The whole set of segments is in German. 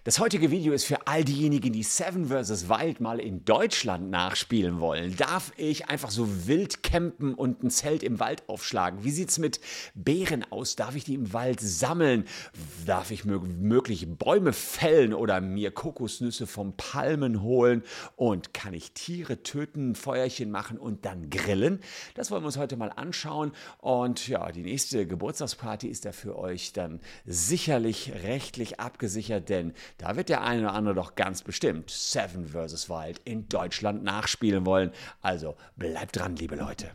Das heutige Video ist für all diejenigen, die Seven vs. Wild mal in Deutschland nachspielen wollen. Darf ich einfach so wild campen und ein Zelt im Wald aufschlagen? Wie sieht es mit Beeren aus? Darf ich die im Wald sammeln? Darf ich möglich Bäume fällen oder mir Kokosnüsse vom Palmen holen? Und kann ich Tiere töten, ein Feuerchen machen und dann grillen? Das wollen wir uns heute mal anschauen. Und ja, die nächste Geburtstagsparty ist da für euch dann sicherlich rechtlich abgesichert, denn da wird der eine oder andere doch ganz bestimmt Seven vs. Wild in Deutschland nachspielen wollen. Also bleibt dran, liebe Leute.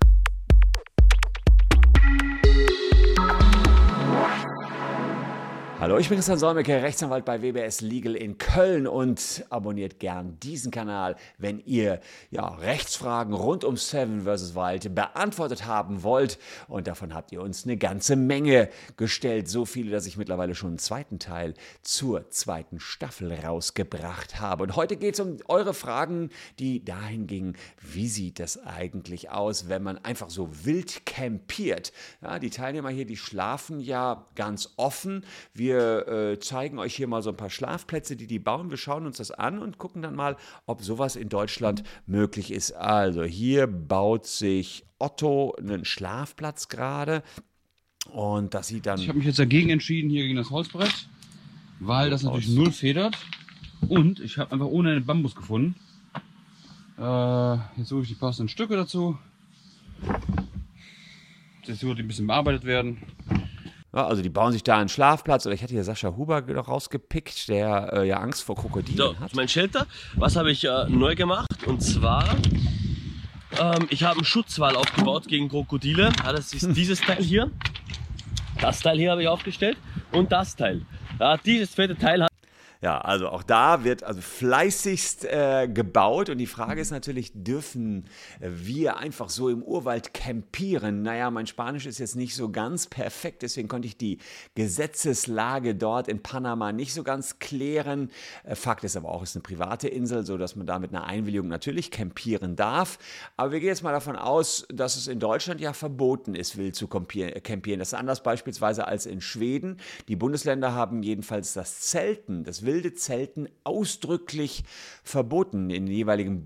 Hallo, ich bin Christian Solmecke, Rechtsanwalt bei WBS Legal in Köln und abonniert gern diesen Kanal, wenn ihr Rechtsfragen rund um Seven vs. Wild beantwortet haben wollt. Und davon habt ihr uns eine ganze Menge gestellt. So viele, dass ich mittlerweile schon einen zweiten Teil zur zweiten Staffel rausgebracht habe. Und heute geht es um eure Fragen, die dahin gingen, wie sieht das eigentlich aus, wenn man einfach so wild campiert? Ja, die Teilnehmer hier, die schlafen ja ganz offen. Wir zeigen euch hier mal so ein paar Schlafplätze, die bauen. Wir schauen uns das an und gucken dann mal, ob sowas in Deutschland möglich ist. Also hier baut sich Otto einen Schlafplatz gerade. Und das sieht dann... Ich habe mich jetzt dagegen entschieden, hier gegen das Holzbrett, weil das natürlich null federt. Und ich habe einfach ohne einen Bambus gefunden. Jetzt suche ich die passenden Stücke dazu. Jetzt wird die ein bisschen bearbeitet werden. Ja, also die bauen sich da einen Schlafplatz. Oder ich hatte hier Sascha Huber noch rausgepickt, der ja Angst vor Krokodilen hat. Mein Shelter, was habe ich neu gemacht? Und zwar, ich habe einen Schutzwall aufgebaut gegen Krokodile. Ja, das ist dieses Teil hier. Das Teil hier habe ich aufgestellt. Und das Teil. Ja, dieses fette Teil hat... Ja, also auch da wird also fleißigst gebaut und die Frage ist natürlich, dürfen wir einfach so im Urwald campieren? Naja, mein Spanisch ist jetzt nicht so ganz perfekt, deswegen konnte ich die Gesetzeslage dort in Panama nicht so ganz klären. Fakt ist aber auch, es ist eine private Insel, sodass man da mit einer Einwilligung natürlich campieren darf. Aber wir gehen jetzt mal davon aus, dass es in Deutschland ja verboten ist, wild zu campieren. Das ist anders beispielsweise als in Schweden. Die Bundesländer haben jedenfalls das Zelten, das wilde Zelten ausdrücklich verboten. In den jeweiligen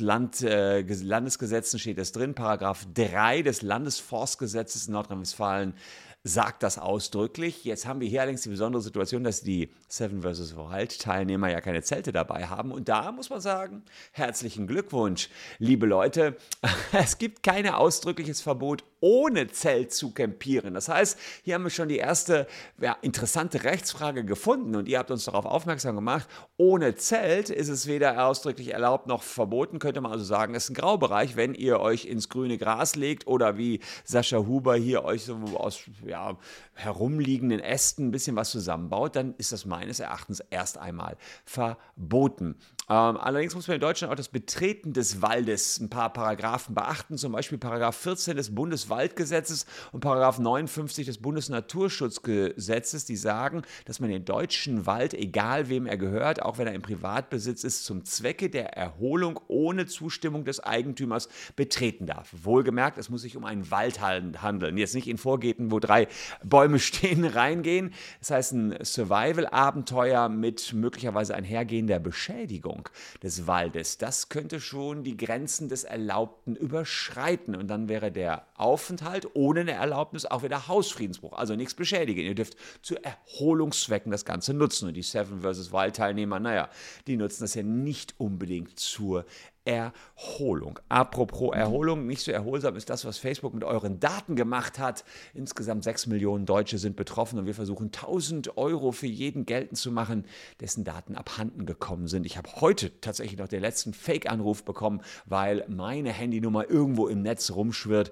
Landesgesetzen steht es drin. Paragraph 3 des Landesforstgesetzes in Nordrhein-Westfalen sagt das ausdrücklich. Jetzt haben wir hier allerdings die besondere Situation, dass die Seven vs. Wild Teilnehmer ja keine Zelte dabei haben. Und da muss man sagen, herzlichen Glückwunsch, liebe Leute. Es gibt kein ausdrückliches Verbot, ohne Zelt zu campieren. Das heißt, hier haben wir schon die erste interessante Rechtsfrage gefunden und ihr habt uns darauf aufmerksam gemacht, ohne Zelt ist es weder ausdrücklich erlaubt noch verboten, könnte man also sagen, es ist ein Graubereich, wenn ihr euch ins grüne Gras legt oder wie Sascha Huber hier euch so aus herumliegenden Ästen ein bisschen was zusammenbaut, dann ist das meines Erachtens erst einmal verboten. Allerdings muss man in Deutschland auch das Betreten des Waldes ein paar Paragraphen beachten, zum Beispiel Paragraph 14 des Bundeswaldgesetzes und Paragraph 59 des Bundesnaturschutzgesetzes, die sagen, dass man den deutschen Wald, egal wem er gehört, auch wenn er im Privatbesitz ist, zum Zwecke der Erholung ohne Zustimmung des Eigentümers betreten darf. Wohlgemerkt, es muss sich um einen Wald handeln, jetzt nicht in Vorgärten, wo 3 Bäume stehen, reingehen. Das heißt, ein Survival-Abenteuer mit möglicherweise einhergehender Beschädigung des Waldes, das könnte schon die Grenzen des Erlaubten überschreiten und dann wäre der Aufenthalt ohne eine Erlaubnis auch wieder Hausfriedensbruch, also nichts beschädigen. Ihr dürft zu Erholungszwecken das Ganze nutzen und die Seven vs. Wild Teilnehmer, die nutzen das ja nicht unbedingt zur Erholung. Apropos Erholung, nicht so erholsam ist das, was Facebook mit euren Daten gemacht hat. Insgesamt 6 Millionen Deutsche sind betroffen und wir versuchen 1.000 Euro für jeden geltend zu machen, dessen Daten abhanden gekommen sind. Ich habe heute tatsächlich noch den letzten Fake-Anruf bekommen, weil meine Handynummer irgendwo im Netz rumschwirrt.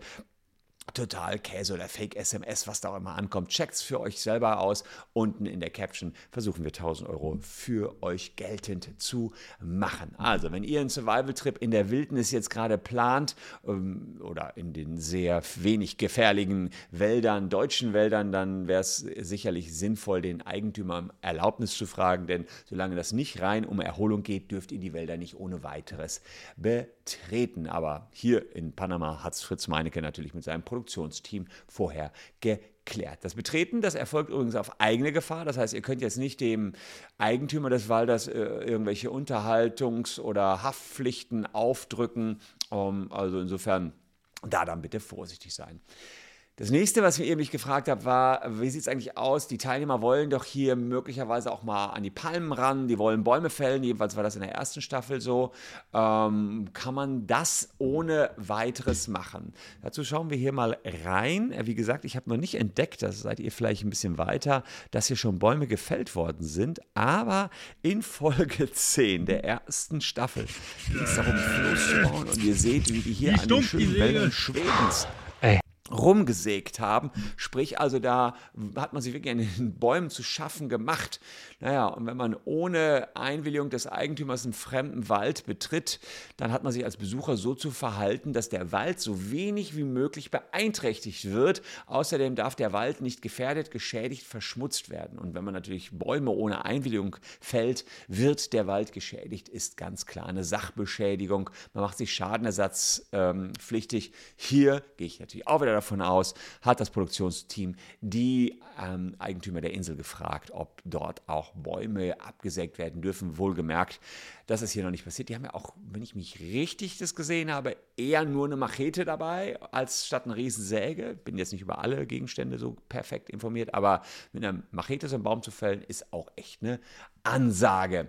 Total Käse oder Fake-SMS, was da auch immer ankommt. Checkt's für euch selber aus. Unten in der Caption versuchen wir 1.000 Euro für euch geltend zu machen. Also, wenn ihr einen Survival-Trip in der Wildnis jetzt gerade plant oder in den sehr wenig gefährlichen Wäldern, deutschen Wäldern, dann wäre es sicherlich sinnvoll, den Eigentümer um Erlaubnis zu fragen, denn solange das nicht rein um Erholung geht, dürft ihr die Wälder nicht ohne weiteres betreten. Aber hier in Panama hat es Fritz Meinecke natürlich mit seinem Produktionsteam vorher geklärt. klärt. Das Betreten, das erfolgt übrigens auf eigene Gefahr. Das heißt, ihr könnt jetzt nicht dem Eigentümer des Waldes irgendwelche Unterhaltungs- oder Haftpflichten aufdrücken. Also insofern da dann bitte vorsichtig sein. Das nächste, was ihr mich gefragt habt, war, wie sieht es eigentlich aus? Die Teilnehmer wollen doch hier möglicherweise auch mal an die Palmen ran, die wollen Bäume fällen, jedenfalls war das in der ersten Staffel so. Kann man das ohne weiteres machen? Dazu schauen wir hier mal rein. Wie gesagt, ich habe noch nicht entdeckt, das seid ihr vielleicht ein bisschen weiter, dass hier schon Bäume gefällt worden sind, aber in Folge 10 der ersten Staffel geht es darum, Floß zu bauen und ihr seht, wie die hier an den schönen Wäldern Schwedens rumgesägt haben. Sprich, also da hat man sich wirklich an den Bäumen zu schaffen gemacht. Naja, und wenn man ohne Einwilligung des Eigentümers einen fremden Wald betritt, dann hat man sich als Besucher so zu verhalten, dass der Wald so wenig wie möglich beeinträchtigt wird. Außerdem darf der Wald nicht gefährdet, geschädigt, verschmutzt werden. Und wenn man natürlich Bäume ohne Einwilligung fällt, wird der Wald geschädigt, ist ganz klar eine Sachbeschädigung. Man macht sich schadenersatzpflichtig. Hier gehe ich natürlich auch wieder davon aus, hat das Produktionsteam die Eigentümer der Insel gefragt, ob dort auch Bäume abgesägt werden dürfen. Wohlgemerkt, das ist hier noch nicht passiert. Die haben ja auch, wenn ich mich richtig das gesehen habe, eher nur eine Machete dabei, als statt eine Riesensäge. Bin jetzt nicht über alle Gegenstände so perfekt informiert, aber mit einer Machete so einen Baum zu fällen, ist auch echt eine Ansage.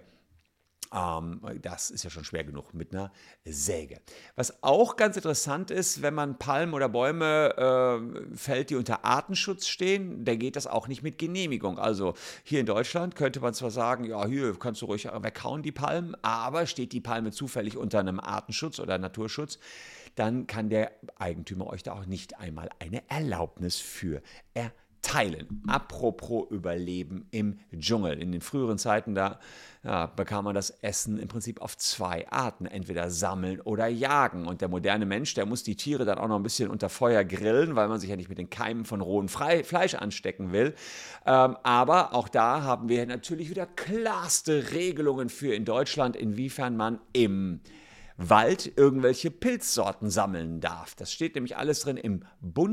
Das ist ja schon schwer genug mit einer Säge. Was auch ganz interessant ist, wenn man Palmen oder Bäume fällt, die unter Artenschutz stehen, dann geht das auch nicht mit Genehmigung. Also hier in Deutschland könnte man zwar sagen, ja, hier kannst du ruhig weghauen, die Palmen, aber steht die Palme zufällig unter einem Artenschutz oder Naturschutz, dann kann der Eigentümer euch da auch nicht einmal eine Erlaubnis für erteilen. Apropos Überleben im Dschungel. In den früheren Zeiten, da bekam man das Essen im Prinzip auf zwei Arten, entweder sammeln oder jagen. Und der moderne Mensch, der muss die Tiere dann auch noch ein bisschen unter Feuer grillen, weil man sich ja nicht mit den Keimen von rohem Fleisch anstecken will. Aber auch da haben wir natürlich wieder klarste Regelungen für in Deutschland, inwiefern man im Wald irgendwelche Pilzsorten sammeln darf. Das steht nämlich alles drin in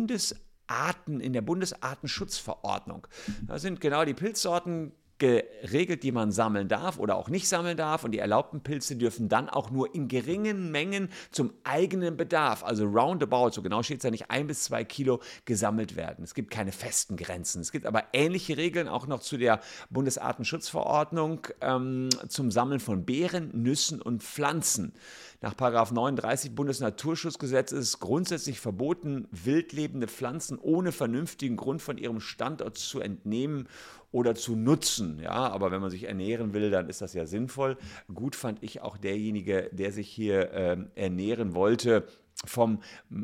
der Bundesartenschutzverordnung. Da sind genau die Pilzsorten geregelt, die man sammeln darf oder auch nicht sammeln darf. Und die erlaubten Pilze dürfen dann auch nur in geringen Mengen zum eigenen Bedarf, also roundabout, so genau steht es ja nicht, 1 bis 2 Kilo gesammelt werden. Es gibt keine festen Grenzen. Es gibt aber ähnliche Regeln auch noch zu der Bundesartenschutzverordnung zum Sammeln von Beeren, Nüssen und Pflanzen. Nach § 39 Bundesnaturschutzgesetz ist es grundsätzlich verboten, wildlebende Pflanzen ohne vernünftigen Grund von ihrem Standort zu entnehmen oder zu nutzen. Ja, aber wenn man sich ernähren will, dann ist das ja sinnvoll. Gut fand ich auch derjenige, der sich hier ernähren wollte vom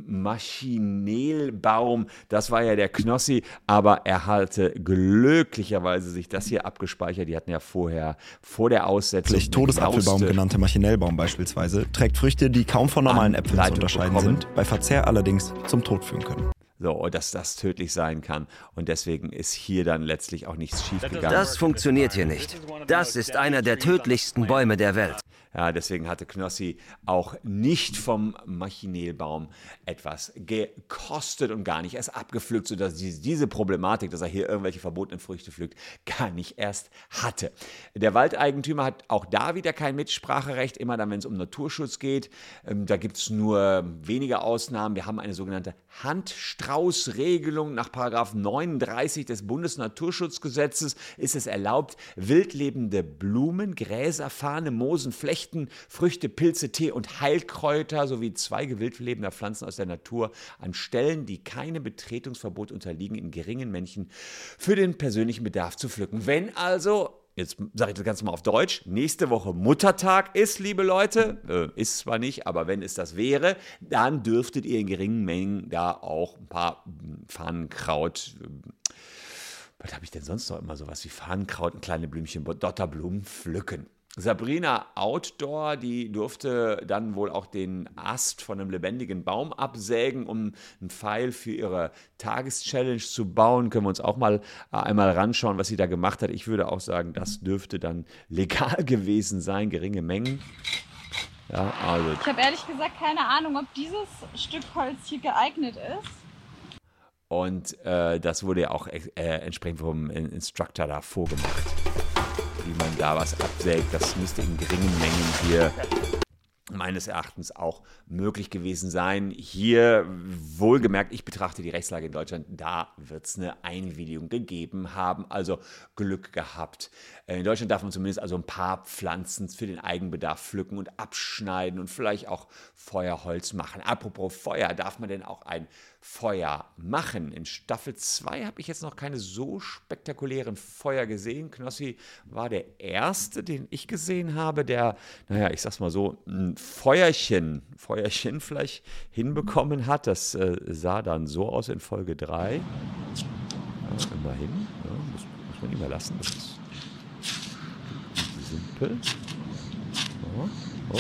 Maschinelbaum. Das war ja der Knossi, aber er hatte glücklicherweise sich das hier abgespeichert. Die hatten ja vorher, vor der Aussetzung, Todesapfelbaum genannte Maschinellbaum beispielsweise, trägt Früchte, die kaum von normalen Äpfeln zu unterscheiden sind, bei Verzehr allerdings zum Tod führen können. So, dass das tödlich sein kann. Und deswegen ist hier dann letztlich auch nichts schiefgegangen. Das funktioniert hier nicht. Das ist einer der tödlichsten Bäume der Welt. Ja, deswegen hatte Knossi auch nicht vom Maschinelbaum etwas gekostet und gar nicht erst abgepflückt, sodass diese Problematik, dass er hier irgendwelche verbotenen Früchte pflückt, gar nicht erst hatte. Der Waldeigentümer hat auch da wieder kein Mitspracherecht, immer dann, wenn es um Naturschutz geht. Da gibt es nur wenige Ausnahmen. Wir haben eine sogenannte Handstraußregelung. Nach § 39 des Bundesnaturschutzgesetzes ist es erlaubt, wildlebende Blumen, Gräser, Farne, Moosen, Flechten, Früchte, Pilze, Tee und Heilkräuter sowie Zweige wildlebender Pflanzen aus der Natur an Stellen, die keinem Betretungsverbot unterliegen, in geringen Mengen für den persönlichen Bedarf zu pflücken. Wenn also, jetzt sage ich das Ganze mal auf Deutsch, nächste Woche Muttertag ist, liebe Leute, ist zwar nicht, aber wenn es das wäre, dann dürftet ihr in geringen Mengen da auch ein paar Fahnenkraut, was habe ich denn sonst noch immer, sowas wie Fahnenkraut und kleine Blümchen, Dotterblumen pflücken. Sabrina Outdoor, die durfte dann wohl auch den Ast von einem lebendigen Baum absägen, um einen Pfeil für ihre Tageschallenge zu bauen. Können wir uns auch mal einmal ranschauen, was sie da gemacht hat. Ich würde auch sagen, das dürfte dann legal gewesen sein, geringe Mengen. Ja, also. Ich habe ehrlich gesagt keine Ahnung, ob dieses Stück Holz hier geeignet ist. Und das wurde ja auch entsprechend vom Instructor da vorgemacht, wie man da was absägt. Das müsste in geringen Mengen hier meines Erachtens auch möglich gewesen sein. Hier wohlgemerkt, ich betrachte die Rechtslage in Deutschland, da wird es eine Einwilligung gegeben haben, also Glück gehabt. In Deutschland darf man zumindest also ein paar Pflanzen für den Eigenbedarf pflücken und abschneiden und vielleicht auch Feuerholz machen. Apropos Feuer, darf man denn auch ein Feuer machen? In Staffel 2 habe ich jetzt noch keine so spektakulären Feuer gesehen. Knossi war der erste, den ich gesehen habe, der, naja, ich sag's mal so, ein Feuerchen vielleicht hinbekommen hat. Das sah dann so aus in Folge 3. Ja, immerhin, ja, muss man nicht mehr lassen. Das ist simpel. Ja, okay.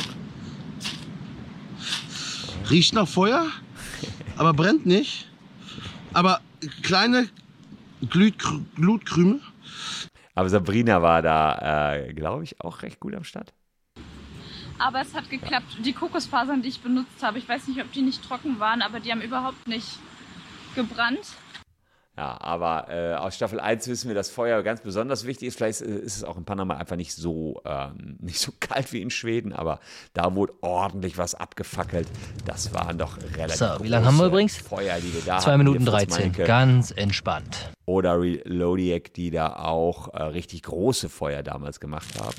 Riecht nach Feuer, aber brennt nicht. Aber kleine Glutkrümel. Aber Sabrina war da, glaube ich, auch recht gut am Start. Aber es hat geklappt. Die Kokosfasern, die ich benutzt habe, ich weiß nicht, ob die nicht trocken waren, aber die haben überhaupt nicht gebrannt. Ja, aber aus Staffel 1 wissen wir, dass Feuer ganz besonders wichtig ist. Vielleicht ist es auch in Panama einfach nicht so kalt wie in Schweden, aber da wurde ordentlich was abgefackelt. Das waren doch relativ So, wie lange haben wir übrigens? Feuer, die wir da 2 hatten. Minuten Hier Fritz 13, Meinecke ganz entspannt. oder Reloadiac, die da auch richtig große Feuer damals gemacht haben.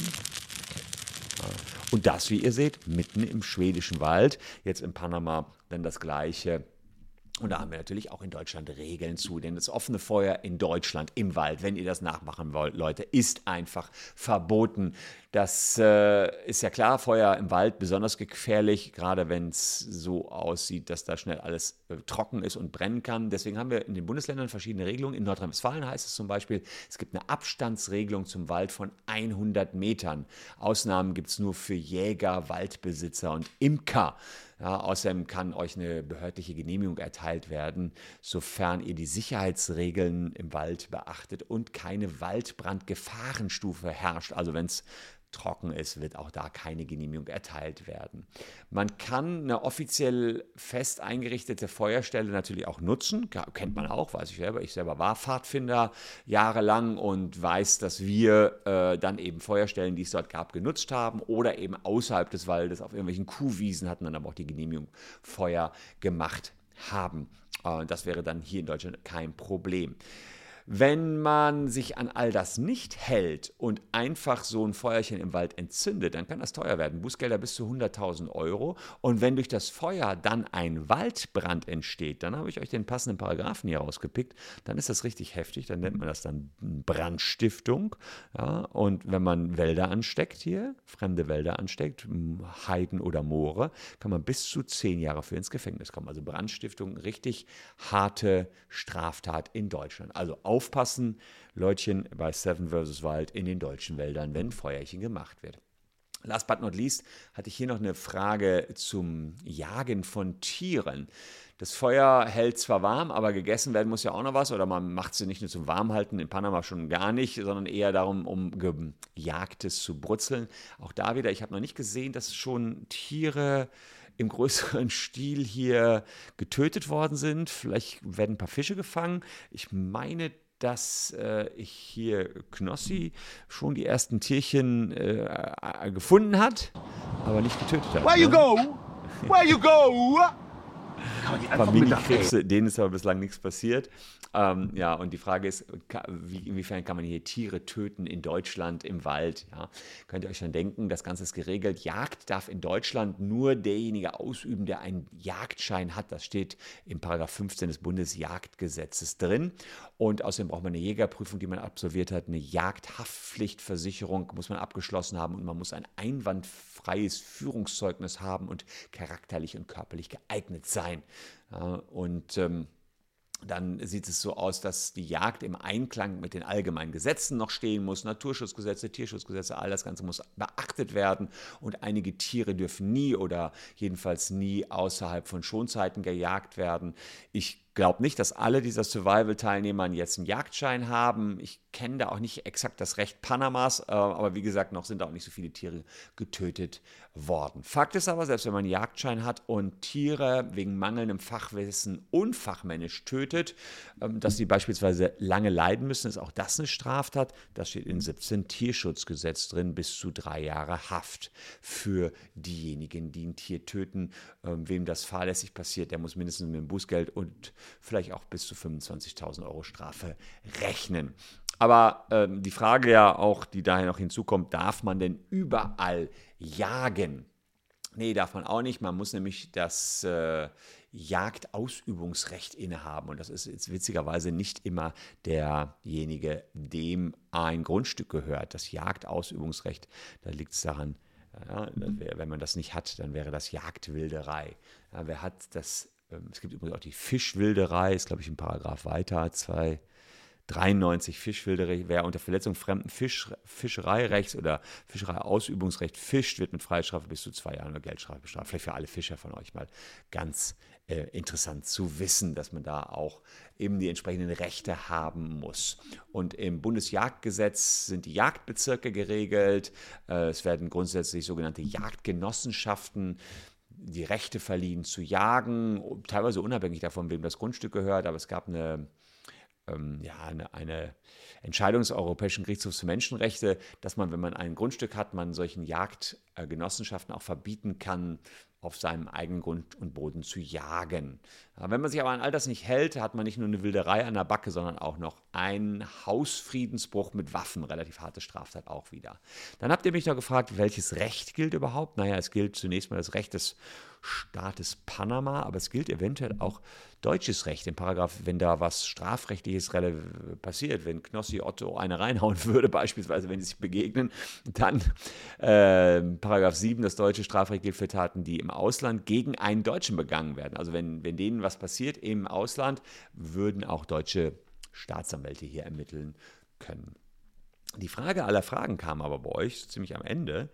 Und das, wie ihr seht, mitten im schwedischen Wald. Jetzt in Panama dann das Gleiche. Und da haben wir natürlich auch in Deutschland Regeln zu, denn das offene Feuer in Deutschland im Wald, wenn ihr das nachmachen wollt, Leute, ist einfach verboten. Das ist ja klar, Feuer im Wald besonders gefährlich, gerade wenn es so aussieht, dass da schnell alles trocken ist und brennen kann. Deswegen haben wir in den Bundesländern verschiedene Regelungen. In Nordrhein-Westfalen heißt es zum Beispiel, es gibt eine Abstandsregelung zum Wald von 100 Metern. Ausnahmen gibt es nur für Jäger, Waldbesitzer und Imker. Ja, außerdem kann euch eine behördliche Genehmigung erteilt werden, sofern ihr die Sicherheitsregeln im Wald beachtet und keine Waldbrandgefahrenstufe herrscht. Also wenn es trocken ist, wird auch da keine Genehmigung erteilt werden. Man kann eine offiziell fest eingerichtete Feuerstelle natürlich auch nutzen, kennt man auch, weiß ich selber. Ich selber war Pfadfinder jahrelang und weiß, dass wir dann eben Feuerstellen, die es dort gab, genutzt haben oder eben außerhalb des Waldes auf irgendwelchen Kuhwiesen hatten dann aber auch die Genehmigung Feuer gemacht haben. Das wäre dann hier in Deutschland kein Problem. Wenn man sich an all das nicht hält und einfach so ein Feuerchen im Wald entzündet, dann kann das teuer werden. Bußgelder bis zu 100.000 €. Und wenn durch das Feuer dann ein Waldbrand entsteht, dann habe ich euch den passenden Paragraphen hier rausgepickt, dann ist das richtig heftig, dann nennt man das dann Brandstiftung. Ja, und wenn man Wälder ansteckt hier, fremde Wälder ansteckt, Heiden oder Moore, kann man bis zu 10 Jahre für ins Gefängnis kommen. Also Brandstiftung, richtig harte Straftat in Deutschland. Also aufpassen, Leutchen, bei Seven vs. Wild in den deutschen Wäldern, wenn Feuerchen gemacht wird. Last but not least hatte ich hier noch eine Frage zum Jagen von Tieren. Das Feuer hält zwar warm, aber gegessen werden muss ja auch noch was. Oder man macht es nicht nur zum Warmhalten, in Panama schon gar nicht, sondern eher darum, um Gejagtes zu brutzeln. Auch da wieder, ich habe noch nicht gesehen, dass schon Tiere im größeren Stil hier getötet worden sind. Vielleicht werden ein paar Fische gefangen. Ich meine, dass ich hier Knossi schon die ersten Tierchen gefunden hat, aber nicht getötet hat. Where you go? Where you go? Ein paar Mini-Krebse, denen ist aber bislang nichts passiert. Ja, und die Frage ist, inwiefern kann man hier Tiere töten in Deutschland im Wald? Ja, könnt ihr euch schon denken, das Ganze ist geregelt. Jagd darf in Deutschland nur derjenige ausüben, der einen Jagdschein hat. Das steht im § 15 des Bundesjagdgesetzes drin. Und außerdem braucht man eine Jägerprüfung, die man absolviert hat. Eine Jagdhaftpflichtversicherung muss man abgeschlossen haben und man muss ein einwandfreies Führungszeugnis haben und charakterlich und körperlich geeignet sein. Ja, und dann sieht es so aus, dass die Jagd im Einklang mit den allgemeinen Gesetzen noch stehen muss. Naturschutzgesetze, Tierschutzgesetze, all das Ganze muss beachtet werden. Und einige Tiere dürfen nie oder jedenfalls nie außerhalb von Schonzeiten gejagt werden. Ich glaube nicht, dass alle dieser Survival-Teilnehmer jetzt einen Jagdschein haben. Ich kenne da auch nicht exakt das Recht Panamas, aber wie gesagt, noch sind da auch nicht so viele Tiere getötet worden. Fakt ist aber, selbst wenn man einen Jagdschein hat und Tiere wegen mangelndem Fachwissen unfachmännisch tötet, dass sie beispielsweise lange leiden müssen, ist auch das eine Straftat. Das steht in 17 Tierschutzgesetz drin, bis zu 3 Jahre Haft für diejenigen, die ein Tier töten. Wem das fahrlässig passiert, der muss mindestens mit dem Bußgeld und vielleicht auch bis zu 25.000 Euro Strafe rechnen. Aber die Frage ja auch, die daher noch hinzukommt, darf man denn überall jagen? Nee, darf man auch nicht. Man muss nämlich das Jagdausübungsrecht innehaben. Und das ist jetzt witzigerweise nicht immer derjenige, dem ein Grundstück gehört. Das Jagdausübungsrecht, da liegt es daran, ja, wenn man das nicht hat, dann wäre das Jagdwilderei. Ja, wer hat das? Es gibt übrigens auch die Fischwilderei, ist glaube ich ein Paragraph weiter, 293 Fischwilderei. Wer unter Verletzung fremden Fischereirechts oder Fischereiausübungsrecht fischt, wird mit Freiheitsstrafe bis zu 2 Jahren oder Geldstrafe bestraft. Vielleicht für alle Fischer von euch mal ganz interessant zu wissen, dass man da auch eben die entsprechenden Rechte haben muss. Und im Bundesjagdgesetz sind die Jagdbezirke geregelt. Es werden grundsätzlich sogenannte Jagdgenossenschaften die Rechte verliehen zu jagen, teilweise unabhängig davon, wem das Grundstück gehört, aber es gab eine Entscheidung des Europäischen Gerichtshofs für Menschenrechte, dass man, wenn man ein Grundstück hat, man solchen Jagdgenossenschaften auch verbieten kann, auf seinem eigenen Grund und Boden zu jagen. Wenn man sich aber an all das nicht hält, hat man nicht nur eine Wilderei an der Backe, sondern auch noch einen Hausfriedensbruch mit Waffen, relativ harte Straftat auch wieder. Dann habt ihr mich noch gefragt, welches Recht gilt überhaupt? Naja, es gilt zunächst mal das Recht des Staates Panama, aber es gilt eventuell auch deutsches Recht. Im Paragraph, wenn da was Strafrechtliches passiert, wenn Knossi Otto eine reinhauen würde, beispielsweise, wenn sie sich begegnen, dann Paragraph 7, das deutsche Strafrecht gilt für Taten, die im Ausland gegen einen Deutschen begangen werden. Also wenn denen was passiert im Ausland, würden auch deutsche Staatsanwälte hier ermitteln können. Die Frage aller Fragen kam aber bei euch ziemlich am Ende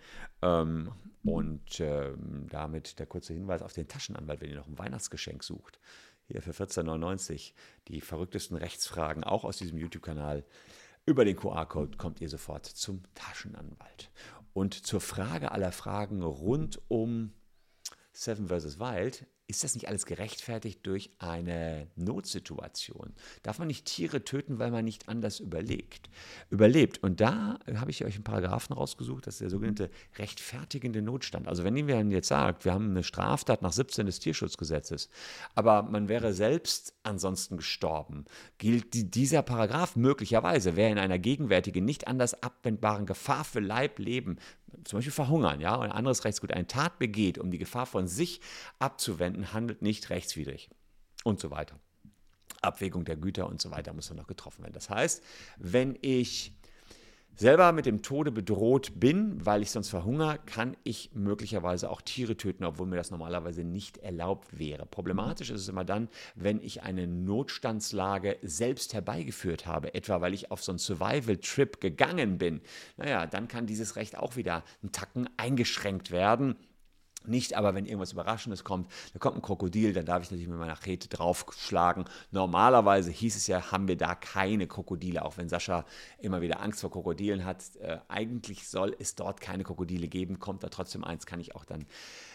und damit der kurze Hinweis auf den Taschenanwalt, wenn ihr noch ein Weihnachtsgeschenk sucht. Hier für 14,99 die verrücktesten Rechtsfragen, auch aus diesem YouTube-Kanal. Über den QR-Code kommt ihr sofort zum Taschenanwalt. Und zur Frage aller Fragen rund um Seven vs. Wild, ist das nicht alles gerechtfertigt durch eine Notsituation? Darf man nicht Tiere töten, weil man nicht anders überlebt? Und da habe ich euch einen Paragraphen rausgesucht, das ist der sogenannte rechtfertigende Notstand. Also wenn ihr jetzt sagt, wir haben eine Straftat nach 17 des Tierschutzgesetzes, aber man wäre selbst ansonsten gestorben, gilt dieser Paragraph möglicherweise, wer in einer gegenwärtigen, nicht anders abwendbaren Gefahr für Leib, Leben, zum Beispiel verhungern, ja, und ein anderes Rechtsgut eine Tat begeht, um die Gefahr von sich abzuwenden, handelt nicht rechtswidrig und so weiter. Abwägung der Güter und so weiter muss dann noch getroffen werden. Das heißt, wenn ich selber mit dem Tode bedroht bin, weil ich sonst verhungere, kann ich möglicherweise auch Tiere töten, obwohl mir das normalerweise nicht erlaubt wäre. Problematisch ist es immer dann, wenn ich eine Notstandslage selbst herbeigeführt habe, etwa weil ich auf so einen Survival-Trip gegangen bin. Naja, dann kann dieses Recht auch wieder einen Tacken eingeschränkt werden. Nicht aber, wenn irgendwas Überraschendes kommt, da kommt ein Krokodil, dann darf ich natürlich mit meiner Machete draufschlagen. Normalerweise hieß es ja, haben wir da keine Krokodile, auch wenn Sascha immer wieder Angst vor Krokodilen hat. Eigentlich soll es dort keine Krokodile geben, kommt da trotzdem eins, kann ich auch dann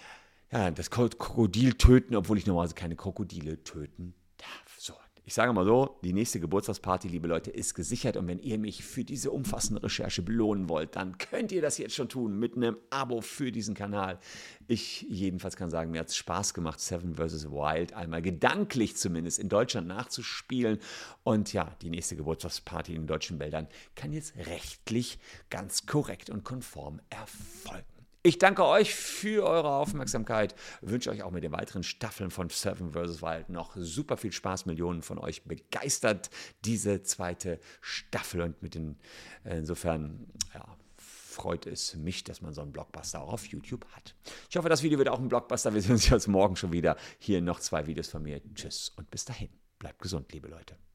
das Krokodil töten, obwohl ich normalerweise keine Krokodile töten darf. So. Ich sage mal so, die nächste Geburtstagsparty, liebe Leute, ist gesichert und wenn ihr mich für diese umfassende Recherche belohnen wollt, dann könnt ihr das jetzt schon tun mit einem Abo für diesen Kanal. Ich jedenfalls kann sagen, mir hat es Spaß gemacht, Seven vs. Wild einmal gedanklich zumindest in Deutschland nachzuspielen und ja, die nächste Geburtstagsparty in den deutschen Wäldern kann jetzt rechtlich ganz korrekt und konform erfolgen. Ich danke euch für eure Aufmerksamkeit, wünsche euch auch mit den weiteren Staffeln von Seven vs. Wild noch super viel Spaß. Millionen von euch begeistert diese zweite Staffel und insofern freut es mich, dass man so einen Blockbuster auch auf YouTube hat. Ich hoffe, das Video wird auch ein Blockbuster. Wir sehen uns jetzt morgen schon wieder. Hier noch 2 Videos von mir. Tschüss und bis dahin. Bleibt gesund, liebe Leute.